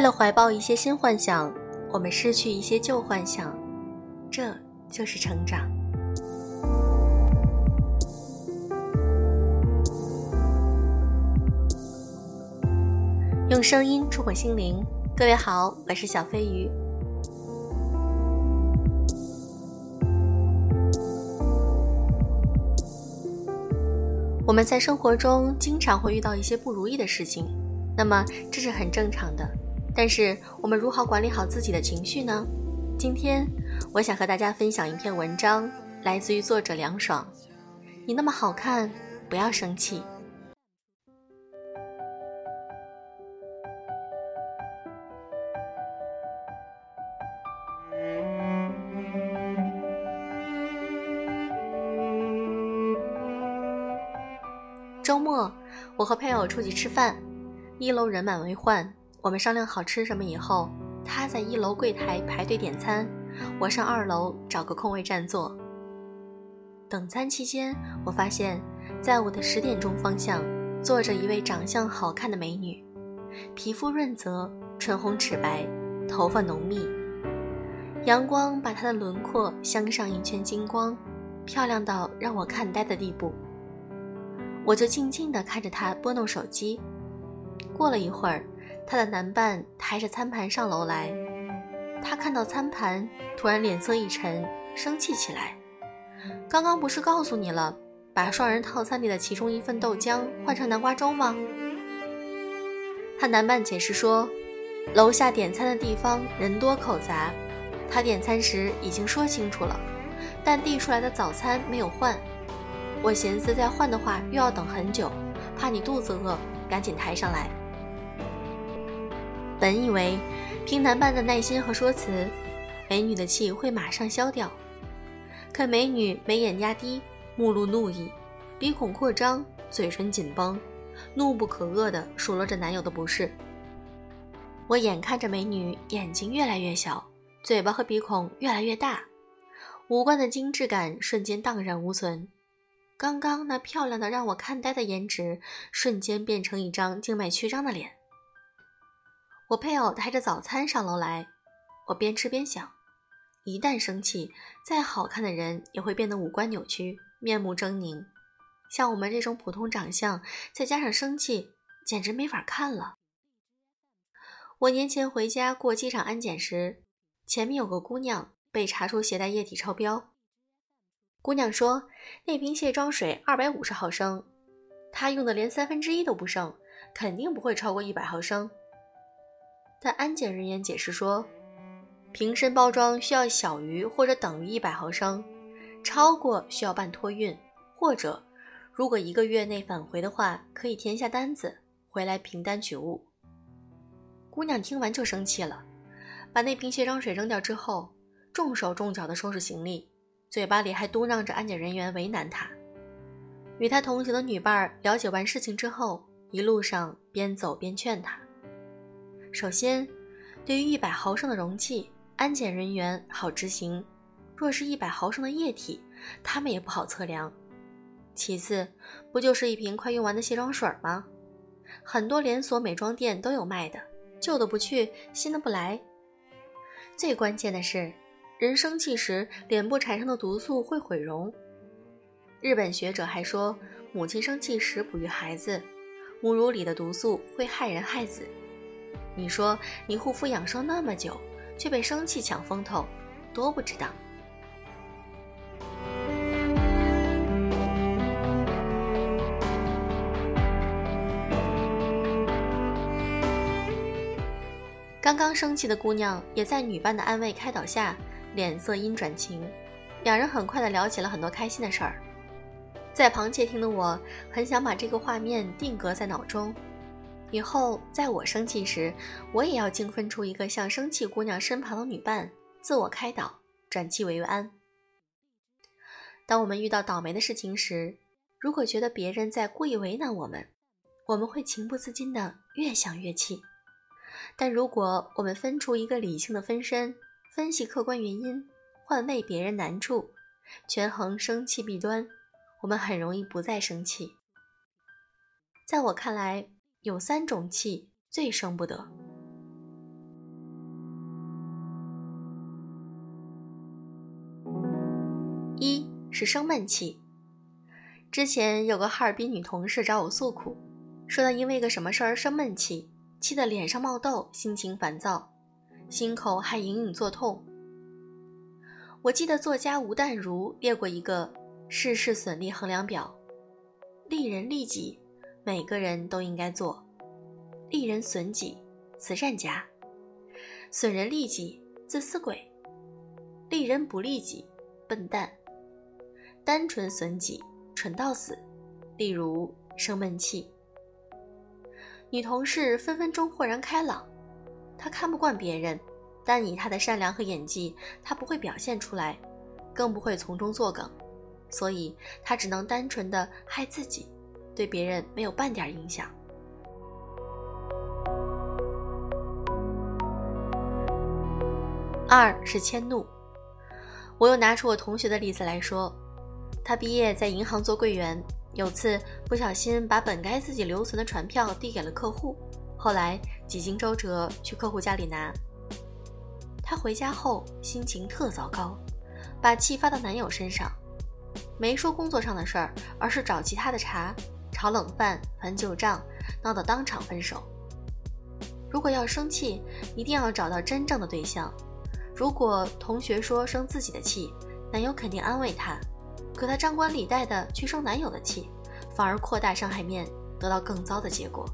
了怀抱一些新幻想，我们失去一些旧幻想，这就是成长。用声音触碰心灵，各位好，我是小飞鱼。我们在生活中经常会遇到一些不如意的事情，那么这是很正常的，但是我们如何管理好自己的情绪呢？今天我想和大家分享一篇文章，来自于作者凉爽。你那么好看，不要生气。周末我和配偶出去吃饭，1楼人满为患，我们商量好吃什么以后，他在1楼柜台排队点餐，我上2楼找个空位占座。等餐期间，我发现在我的10点钟方向坐着一位长相好看的美女，皮肤润泽，唇红齿白，头发浓密，阳光把她的轮廓镶上一圈金光，漂亮到让我看呆的地步。我就静静地看着她拨弄手机。过了一会儿，她的男伴抬着餐盘上楼来，他看到餐盘，突然脸色一沉，生气起来。刚刚不是告诉你了，把双人套餐里的其中一份豆浆换成南瓜粥吗？他男伴解释说，楼下点餐的地方人多口杂，他点餐时已经说清楚了，但递出来的早餐没有换。我寻思再换的话又要等很久，怕你肚子饿，赶紧抬上来。本以为凭男伴的耐心和说辞，美女的气会马上消掉，可美女眉眼压低，目露怒意，鼻孔扩张，嘴唇紧绷，怒不可遏地数落着男友的不是。我眼看着美女眼睛越来越小，嘴巴和鼻孔越来越大，五官的精致感瞬间荡然无存，刚刚那漂亮的让我看呆的颜值瞬间变成一张静脉曲张的脸。我配偶抬着早餐上楼来，我边吃边想，一旦生气，再好看的人也会变得五官扭曲，面目狰狞，像我们这种普通长相再加上生气，简直没法看了。我年前回家过机场安检时，前面有个姑娘被查出携带液体超标。姑娘说那瓶卸妆水250毫升，她用的连1/3都不剩，肯定不会超过100毫升。但安检人员解释说，瓶身包装需要小于或者等于100毫升，超过需要办托运，或者如果1个月内返回的话，可以填下单子回来凭单取物。姑娘听完就生气了，把那瓶卸妆水扔掉之后，重手重脚地收拾行李，嘴巴里还嘟囔着安检人员为难她。与她同行的女伴了解完事情之后，一路上边走边劝她。首先，对于100毫升的容器，安检人员好执行，若是100毫升的液体，他们也不好测量。其次，不就是一瓶快用完的卸妆水吗？很多连锁美妆店都有卖的，旧的不去，新的不来。最关键的是，人生气时脸部产生的毒素会毁容。日本学者还说，母亲生气时哺育孩子，母乳里的毒素会害人害子。你说你护肤养生那么久，却被生气抢风头，多不值当。刚刚生气的姑娘也在女伴的安慰开导下，脸色阴转晴，两人很快地聊起了很多开心的事儿。在旁窃听的我，很想把这个画面定格在脑中，以后在我生气时，我也要精分出一个像生气姑娘身旁的女伴，自我开导，转气为安。当我们遇到倒霉的事情时，如果觉得别人在故意为难我们，我们会情不自禁地越想越气。但如果我们分出一个理性的分身，分析客观原因，换位别人难处，权衡生气弊端，我们很容易不再生气。在我看来，有3种气最生不得。 是生闷气。之前有个哈尔滨女同事找我诉苦，说她因为个什么事儿生闷气，气得脸上冒痘，心情烦躁，心口还隐隐作痛。我记得作家吴淡如列过一个事事损利衡量表，利人利己，每个人都应该做；利人损己，慈善家；损人利己，自私鬼；利人不利己，笨蛋；单纯损己，蠢到死，例如生闷气。女同事分分钟豁然开朗，她看不惯别人，但以她的善良和演技，她不会表现出来，更不会从中作梗，所以她只能单纯的害自己，对别人没有半点影响。二是迁怒。我又拿出我同学的例子来说，他毕业在银行做柜员，有次不小心把本该自己留存的传票递给了客户，后来几经周折去客户家里拿。他回家后心情特糟糕，把气发到男友身上，没说工作上的事儿，而是找其他的茬，炒冷饭，翻旧账，闹得当场分手。如果要生气，一定要找到真正的对象。如果同学说生自己的气，男友肯定安慰他，可他张冠李戴的去生男友的气，反而扩大伤害面，得到更糟的结果。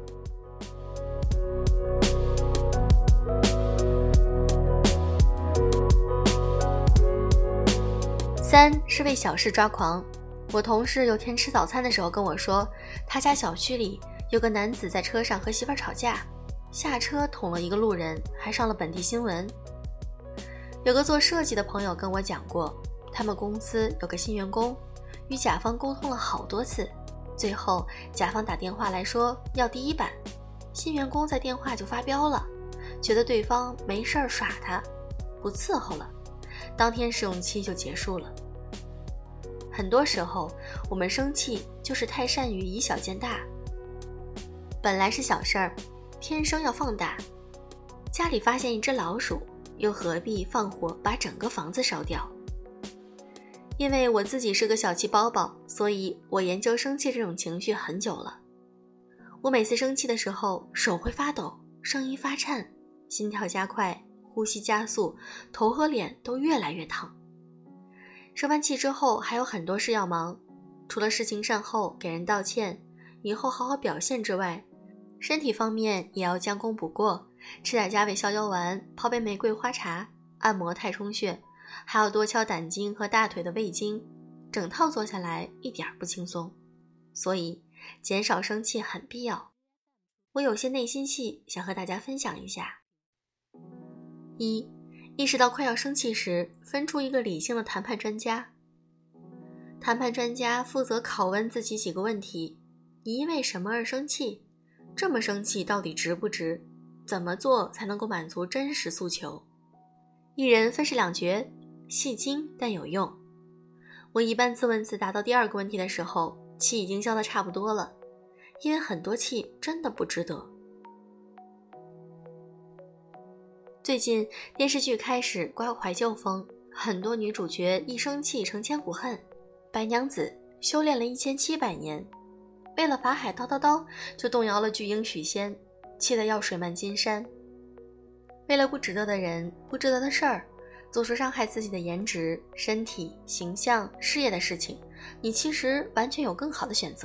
三是为小事抓狂。我同事有天吃早餐的时候跟我说，他家小区里有个男子在车上和媳妇儿吵架，下车捅了一个路人，还上了本地新闻。有个做设计的朋友跟我讲过，他们公司有个新员工，与甲方沟通了好多次，最后甲方打电话来说要第一版，新员工在电话就发飙了，觉得对方没事儿耍他，不伺候了，当天试用期就结束了。很多时候我们生气就是太善于以小见大，本来是小事儿，天生要放大。家里发现一只老鼠，又何必放火把整个房子烧掉？因为我自己是个小气包包，所以我研究生气这种情绪很久了。我每次生气的时候，手会发抖，声音发颤，心跳加快，呼吸加速，头和脸都越来越烫。生完气之后还有很多事要忙，除了事情善后给人道歉，以后好好表现之外，身体方面也要将功补过，吃点加味逍遥丸，泡杯玫瑰花茶，按摩太冲穴，还要多敲胆经和大腿的胃经，整套做下来一点不轻松。所以减少生气很必要。我有些内心戏想和大家分享一下。一，意识到快要生气时，分出一个理性的谈判专家。谈判专家负责拷问自己几个问题：你因为什么而生气？这么生气到底值不值？怎么做才能够满足真实诉求？一人分饰两角，戏精但有用。我一般自问自答到第二个问题的时候，气已经消得差不多了，因为很多气真的不值得。最近电视剧开始刮怀旧风，很多女主角一生气成千古恨。白娘子修炼了1700年，为了法海叨就动摇了巨婴许仙，气得要水漫金山。为了不值得的人、不值得的事儿，做出伤害自己的颜值、身体、形象、事业的事情，你其实完全有更好的选择。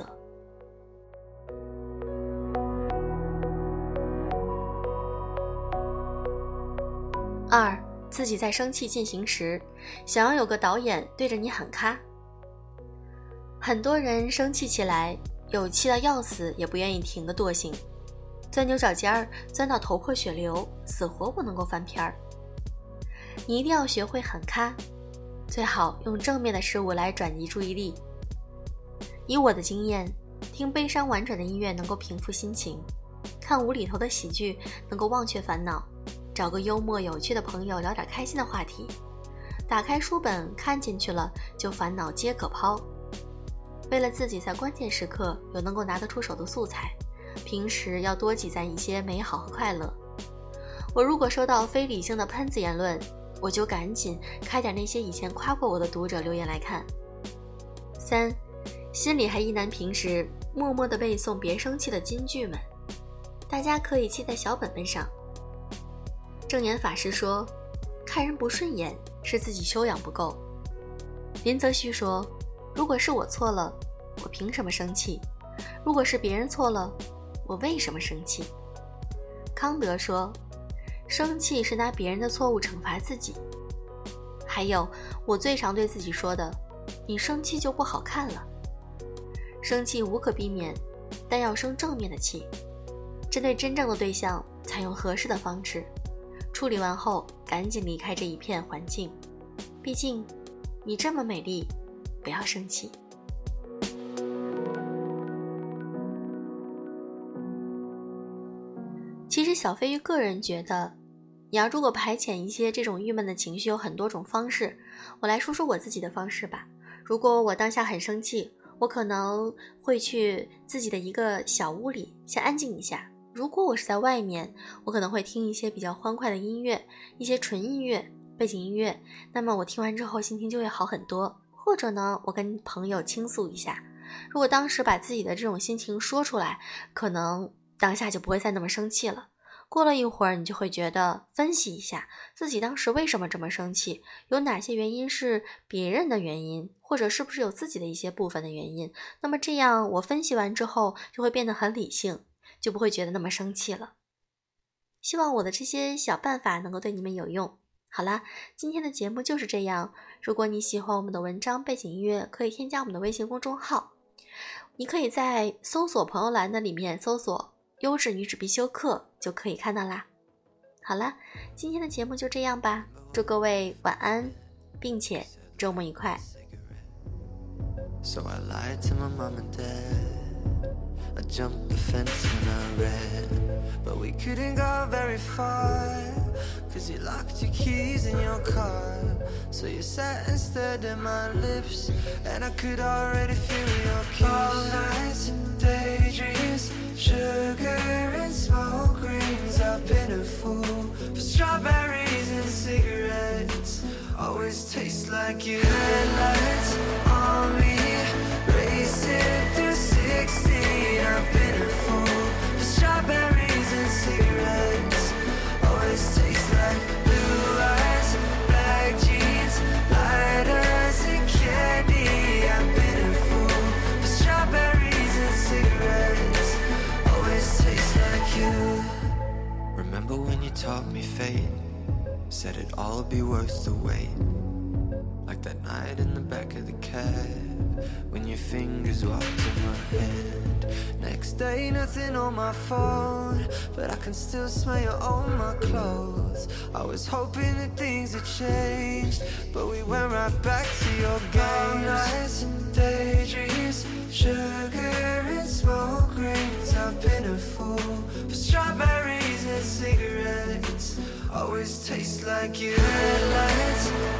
二，自己在生气进行时，想要有个导演对着你喊咔。很多人生气起来，有气到要死也不愿意停的惰性，钻牛角尖儿，钻到头破血流，死活不能够翻篇儿。你一定要学会喊咔，最好用正面的事物来转移注意力。以我的经验，听悲伤婉转的音乐能够平复心情，看无厘头的喜剧能够忘却烦恼，找个幽默有趣的朋友聊点开心的话题，打开书本看进去了就烦恼皆可抛。为了自己在关键时刻有能够拿得出手的素材，平时要多积攒一些美好和快乐。我如果收到非理性的喷子言论，我就赶紧开点那些以前夸过我的读者留言来看， 3. 心里还意难平时，默默地背诵别生气的金句们，大家可以记在小本本上。正言法师说，看人不顺眼是自己修养不够。林则徐说，如果是我错了，我凭什么生气？如果是别人错了，我为什么生气？康德说，生气是拿别人的错误惩罚自己。还有，我最常对自己说的，你生气就不好看了。生气无可避免，但要生正面的气。针对真正的对象，采用合适的方式。处理完后，赶紧离开这一片环境。毕竟，你这么美丽，不要生气。其实小飞鱼个人觉得，你要如果排遣一些这种郁闷的情绪，有很多种方式。我来说说我自己的方式吧。如果我当下很生气，我可能会去自己的一个小屋里先安静一下。如果我是在外面，我可能会听一些比较欢快的音乐，一些纯音乐、背景音乐，那么我听完之后心情就会好很多。或者呢，我跟朋友倾诉一下。如果当时把自己的这种心情说出来，可能当下就不会再那么生气了。过了一会儿，你就会觉得分析一下自己当时为什么这么生气，有哪些原因是别人的原因，或者是不是有自己的一些部分的原因。那么这样我分析完之后就会变得很理性，就不会觉得那么生气了。希望我的这些小办法能够对你们有用。好啦，今天的节目就是这样。如果你喜欢我们的文章背景音乐，可以添加我们的微信公众号，你可以在搜索朋友栏的里面搜索优质女子必修课就可以看到啦。好了，今天的节目就这样吧，祝各位晚安，并且周末愉快。 So I lied to my mom and dad, I jumped the fence when I ran, but we couldn't go very far, cause you locked your keys in your car. So you sat and stared at my lips, and I could already feel your kiss. All nights and daydreams, sugar and smoke rings. I've been a fool for strawberries and cigarettes. Always taste like your headlights on me, racing through 16. I've been a fool for strawberries and cigarettes. Always taste like blue eyes, black jeans, lighters and candy. I've been a fool for strawberries and cigarettes. Always taste like you. Remember when you taught me fate, said it'd all be worth the wait, like that night in the back of the cab, when your fingers walked in my hand. Next day, nothing on my phone, but I can still smell you on my clothes. I was hoping that things had changed, but we went right back to your games. Nights and daydreams, sugar and smoke rings. I've been a fool for strawberries and cigarettes. Always taste like your headlights